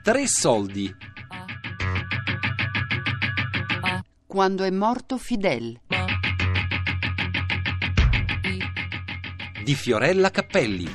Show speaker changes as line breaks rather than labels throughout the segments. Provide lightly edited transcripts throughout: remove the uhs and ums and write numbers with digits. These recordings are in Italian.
3 soldi.
Quando è morto Fidel.
Di Fiorella Cappelli.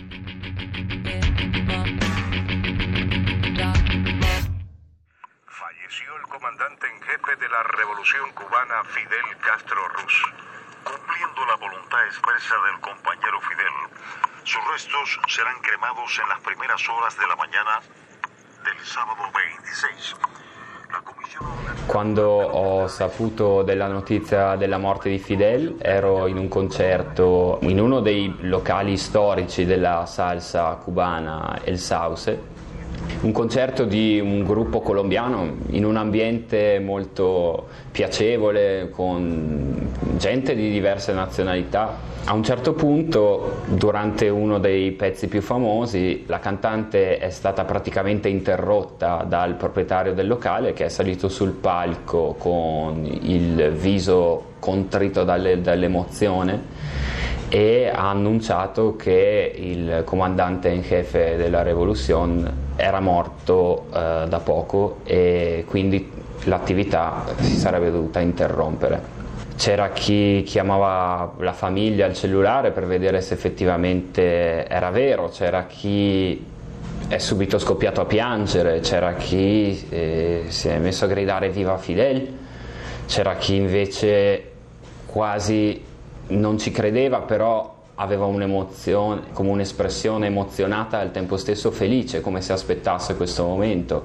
Falleció el comandante en jefe de la revolución cubana Fidel Castro Ruz. Cumpliendo la voluntad expresa del compañero Fidel, sus restos serán cremados en las primeras horas de la mañana del sábado 26.
Quando ho saputo della notizia della morte di Fidel, ero in un concerto in uno dei locali storici della salsa cubana, El Sauce, un concerto di un gruppo colombiano in un ambiente molto piacevole, con gente di diverse nazionalità. A un certo punto, durante uno dei pezzi più famosi, la cantante è stata praticamente interrotta dal proprietario del locale, che è salito sul palco con il viso contrito dall'emozione e ha annunciato che il comandante in jefe della Revolution era morto da poco e quindi l'attività si sarebbe dovuta interrompere. C'era chi chiamava la famiglia al cellulare per vedere se effettivamente era vero, c'era chi è subito scoppiato a piangere, c'era chi si è messo a gridare viva Fidel, c'era chi invece quasi non ci credeva, però aveva un'emozione, come un'espressione emozionata e al tempo stesso felice, come se aspettasse questo momento.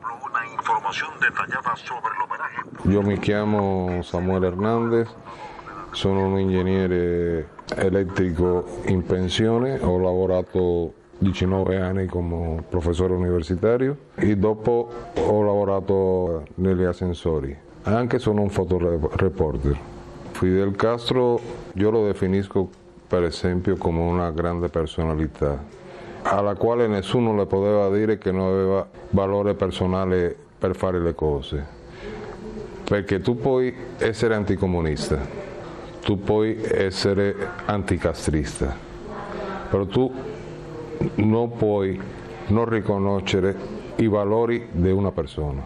Io mi chiamo Samuel Hernandez, sono un ingegnere elettrico in pensione, ho lavorato 19 anni come professore universitario e dopo ho lavorato negli ascensori, anche sono un fotoreporter. Fidel Castro io lo definisco per esempio come una grande personalità, alla quale nessuno le poteva dire che non aveva valore personale per fare le cose, perché tu puoi essere anticomunista, tu puoi essere anticastrista, però tu non puoi non riconoscere i valori di una persona.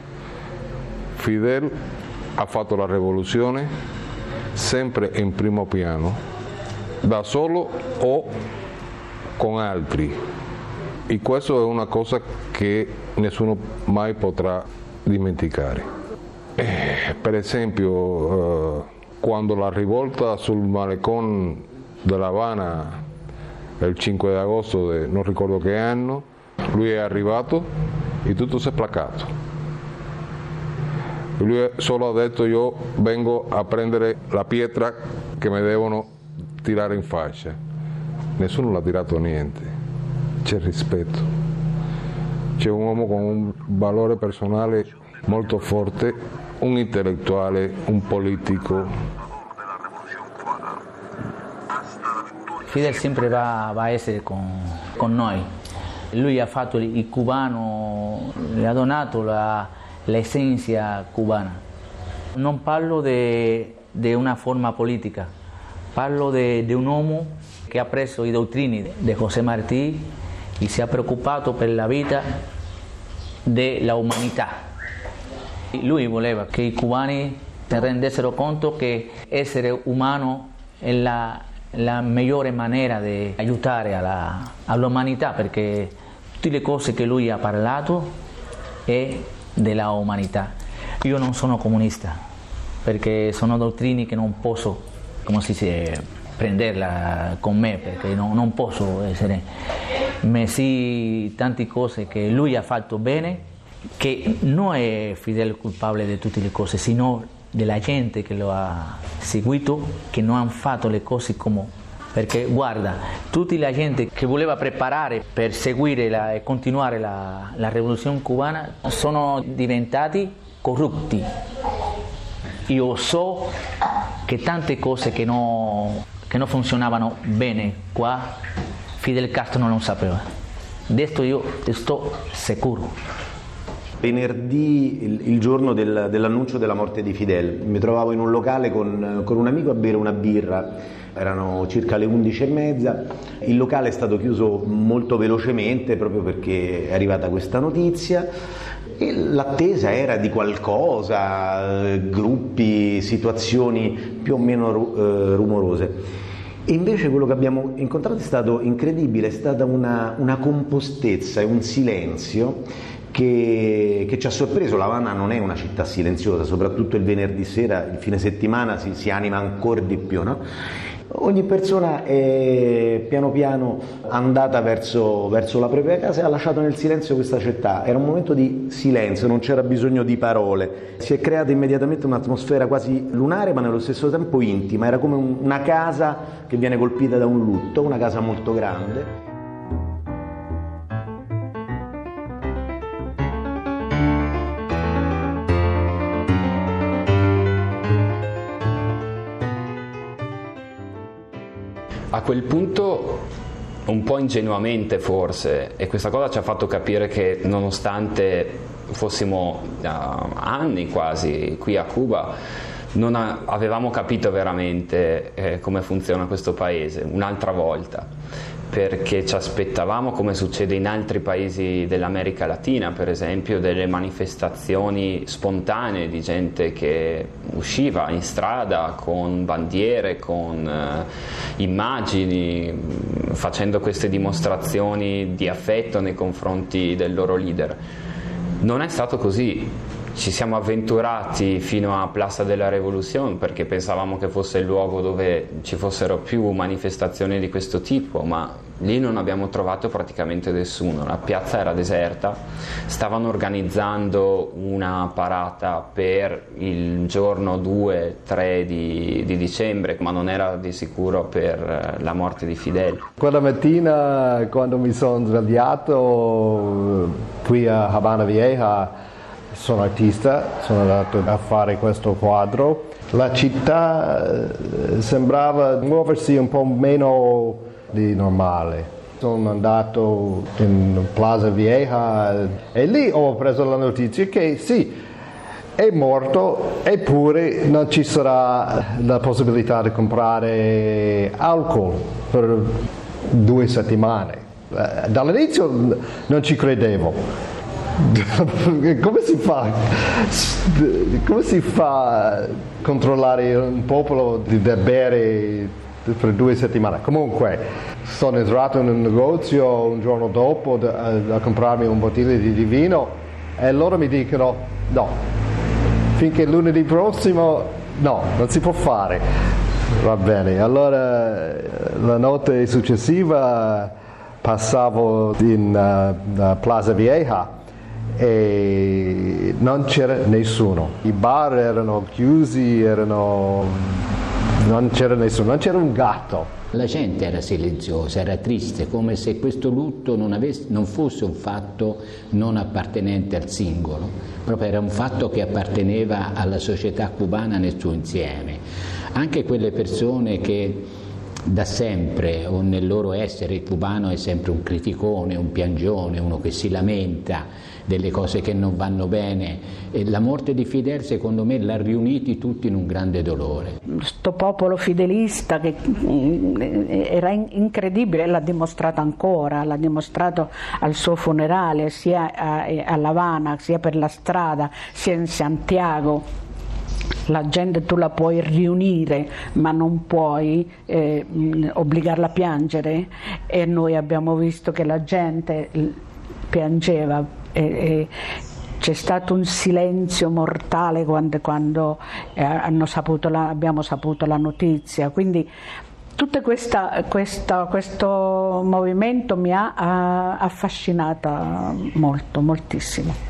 Fidel ha fatto la rivoluzione sempre in primo piano, da solo o con altri, e questo è una cosa che nessuno mai potrà dimenticare. Per esempio quando la rivolta sul malecón della Habana il 5 agosto non ricordo che anno, lui è arrivato e tutto si è placato. Lui solo ha detto: io vengo a prendere la pietra che mi devono tirare in faccia. Nessuno l'ha tirato niente, c'è rispetto, c'è un uomo con un valore personale molto forte, un intellettuale, un politico.
Fidel sempre va a essere con noi. Lui ha fatto il cubano, le ha donato l'essenza cubana. Non parlo di una forma politica, parlo di un uomo che ha preso i dottrini di José Martí e si è preoccupato per la vita dell'umanità. Lui voleva che i cubani si rendessero conto che essere umano è la migliore maniera di aiutare all'umanità, perché tutte le cose che lui ha parlato è della umanità. Io non sono comunista, perché sono dottrine che non posso, come si dice, prenderla con me, perché non posso essere. Ma sì, tante cose che lui ha fatto bene, che non è Fidel colpabile di tutte le cose, sino della gente che lo ha seguito, che non hanno fatto le cose come. Perché guarda, tutta la gente che voleva preparare per seguire e continuare la rivoluzione cubana sono diventati corrotti. Io so che tante cose che non funzionavano bene qua, Fidel Castro non lo sapeva. Adesso io sto sicuro.
Venerdì, il giorno dell'annuncio della morte di Fidel, mi trovavo in un locale con un amico a bere una birra erano circa le 11:30, il locale è stato chiuso molto velocemente proprio perché è arrivata questa notizia e l'attesa era di qualcosa, gruppi, situazioni più o meno rumorose. E invece quello che abbiamo incontrato è stato incredibile, è stata una compostezza e un silenzio che ci ha sorpreso. La Havana non è una città silenziosa, soprattutto il venerdì sera, il fine settimana si anima ancora di più, no? Ogni persona è piano piano andata verso la propria casa e ha lasciato nel silenzio questa città. Era un momento di silenzio, non c'era bisogno di parole. Si è creata immediatamente un'atmosfera quasi lunare ma nello stesso tempo intima. Era come una casa che viene colpita da un lutto, una casa molto grande.
A quel punto, un po' ingenuamente forse, e questa cosa ci ha fatto capire che nonostante fossimo anni quasi qui a Cuba, non avevamo capito veramente come funziona questo paese un'altra volta, perché ci aspettavamo, come succede in altri paesi dell'America Latina, per esempio, delle manifestazioni spontanee di gente che usciva in strada con bandiere, con immagini, facendo queste dimostrazioni di affetto nei confronti del loro leader. Non è stato così. Ci siamo avventurati fino a Plaza de la Revolución perché pensavamo che fosse il luogo dove ci fossero più manifestazioni di questo tipo, ma lì non abbiamo trovato praticamente nessuno. La piazza era deserta, stavano organizzando una parata per il giorno 2-3 di dicembre, ma non era di sicuro per la morte di Fidel.
Quella mattina, quando mi sono svegliato qui a Habana Vieja, sono artista, sono andato a fare questo quadro. La città sembrava muoversi un po' meno di normale. Sono andato in Plaza Vieja e lì ho preso la notizia che sì, è morto, eppure non ci sarà la possibilità di comprare alcol per 2 settimane. Dall'inizio non ci credevo. Come si fa a controllare un popolo di bere per 2 settimane? Comunque sono entrato in un negozio un giorno dopo a comprarmi un bottiglia di vino e loro mi dicono no, finché lunedì prossimo no, non si può fare. Va bene, allora la notte successiva passavo in Plaza Vieja e non c'era nessuno, i bar erano chiusi, non c'era nessuno, non c'era un gatto.
La gente era silenziosa, era triste, come se questo lutto non fosse un fatto non appartenente al singolo, proprio era un fatto che apparteneva alla società cubana nel suo insieme. Anche quelle persone che da sempre, o nel loro essere, il cubano è sempre un criticone, un piangione, uno che si lamenta delle cose che non vanno bene, e la morte di Fidel secondo me l'ha riuniti tutti in un grande dolore.
Sto popolo fidelista che era incredibile, l'ha dimostrato ancora, l'ha dimostrato al suo funerale sia a La Habana, sia per la strada, sia in Santiago. La gente tu la puoi riunire ma non puoi obbligarla a piangere, e noi abbiamo visto che la gente piangeva. C'è stato un silenzio mortale quando abbiamo saputo la notizia, quindi tutto questo movimento mi ha affascinata molto, moltissimo.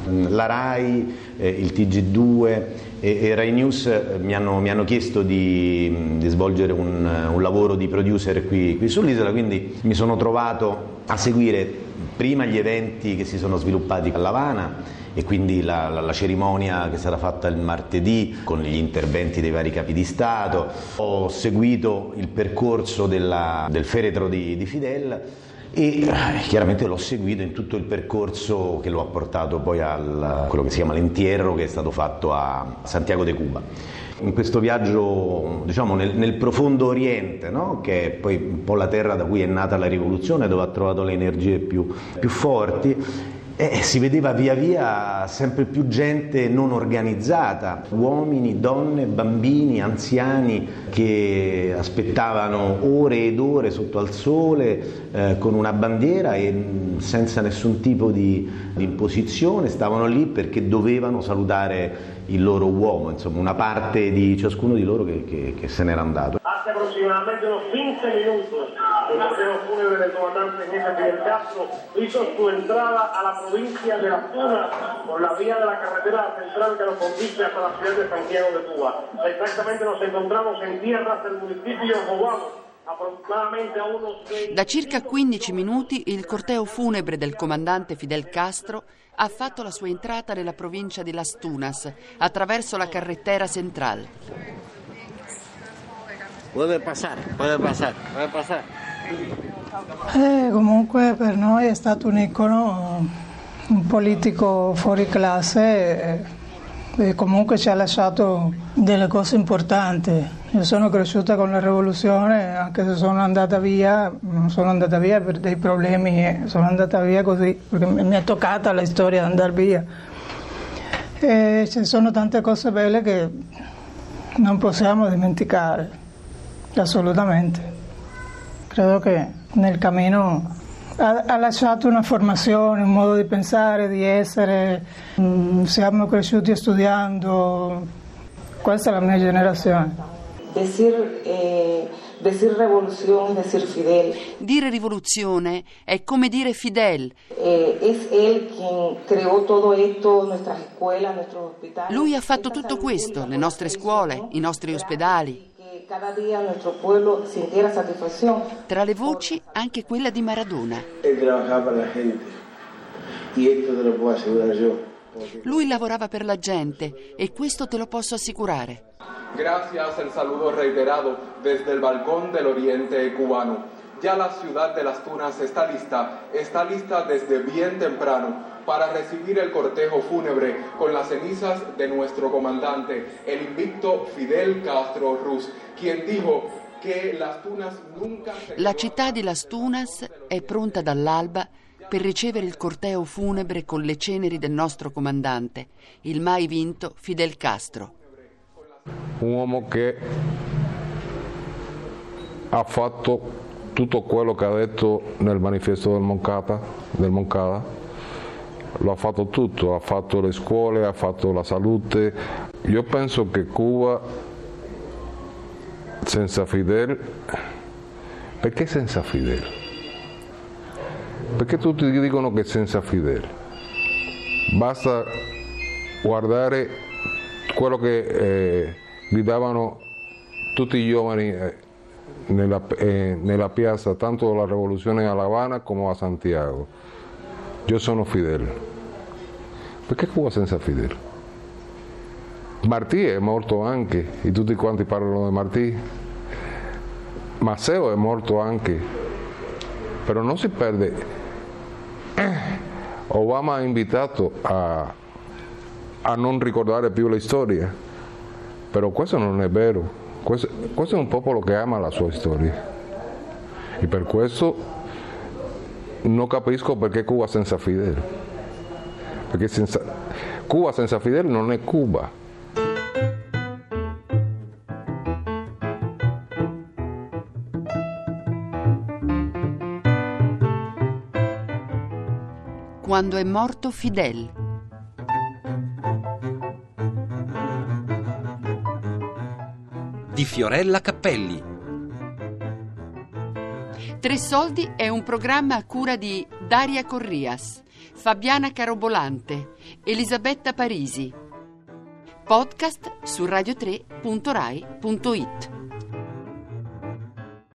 La RAI, il TG2 e Rai News mi hanno chiesto di svolgere un lavoro di producer qui sull'isola, quindi mi sono trovato a seguire prima gli eventi che si sono sviluppati a L'Avana e quindi la cerimonia che sarà fatta il martedì con gli interventi dei vari capi di Stato. Ho seguito il percorso del feretro di Fidel e chiaramente l'ho seguito in tutto il percorso che lo ha portato poi a quello che si chiama l'entierro, che è stato fatto a Santiago de Cuba. In questo viaggio, diciamo, nel profondo Oriente, no? Che è poi un po' la terra da cui è nata la rivoluzione, dove ha trovato le energie più forti, si vedeva via via sempre più gente non organizzata, uomini, donne, bambini, anziani che aspettavano ore ed ore sotto al sole con una bandiera e senza nessun tipo di imposizione, stavano lì perché dovevano salutare il loro uomo, insomma una parte di ciascuno di loro che se n'era andato.
Hace aproximadamente unos 15 minutos, el cortejo fúnebre del comandante en jefe Fidel Castro hizo su entrada a la provincia de Las Tunas por la vía de la carretera central que nos conduce hasta la ciudad de Santiago de Cuba. Exactamente nos encontramos en tierras del municipio Jobamo.
Da circa 15 minuti il corteo funebre del comandante Fidel Castro ha fatto la sua entrata nella provincia di Las Tunas attraverso la carretera central.
Puede pasar.
Comunque per noi è stato un icono, un politico fuori classe e comunque ci ha lasciato delle cose importanti. Io sono cresciuta con la rivoluzione, anche se sono andata via, non sono andata via per dei problemi, sono andata via così, perché mi è toccata la storia di andare via. E ci sono tante cose belle che non possiamo dimenticare, assolutamente. Credo che nel cammino ha lasciato una formazione, un modo di pensare, di essere, siamo cresciuti studiando, questa è la mia generazione.
Decir revolución, decir Fidel.
Dire rivoluzione è come dire Fidel.
Es él quien creó todo esto, nuestras escuelas, nuestros hospitales.
Lui ha fatto tutto questo, le nostre scuole, i nostri ospedali.
Cada día nuestro pueblo sintiera satisfacción.
Tra le voci anche quella di Maradona.
Él trabajaba para la gente y esto te lo puedo asegurar yo.
Lui lavorava per la gente e questo te lo posso assicurare.
Gracias el saludo reiterado desde el balcón del oriente cubano. Ya la ciudad de Las Tunas está lista desde bien temprano para recibir el cortejo fúnebre con las cenizas de nuestro comandante, el invicto Fidel Castro Ruz, quien dijo che Las Tunas nunca se...
La città di Las Tunas è pronta dall'alba per ricevere il corteo funebre con le ceneri del nostro comandante, il mai vinto Fidel Castro.
Un uomo che ha fatto tutto quello che ha detto nel manifesto del Moncada, lo ha fatto tutto, ha fatto le scuole, ha fatto la salute. Io penso che Cuba senza Fidel, perché senza Fidel? Perché tutti dicono che senza Fidel? Basta guardare quello che gridavano tutti i giovani nella piazza, tanto la rivoluzione a La Habana come a Santiago. Io sono Fidel. Perché Cuba senza Fidel? Martí è morto anche, e tutti quanti parlano di Martí. Maceo è morto anche, però non si perde. Obama ha invitato a non ricordare più la storia, però questo non è vero. Questo è un popolo che ama la sua storia e per questo non capisco perché Cuba senza Fidel, perché Cuba senza Fidel non è Cuba.
Quando è morto Fidel.
Di Fiorella Cappelli.
Tre soldi è un programma a cura di Daria Corrias. Fabiana Carobolante, Elisabetta Parisi. Podcast su radio3.rai.it.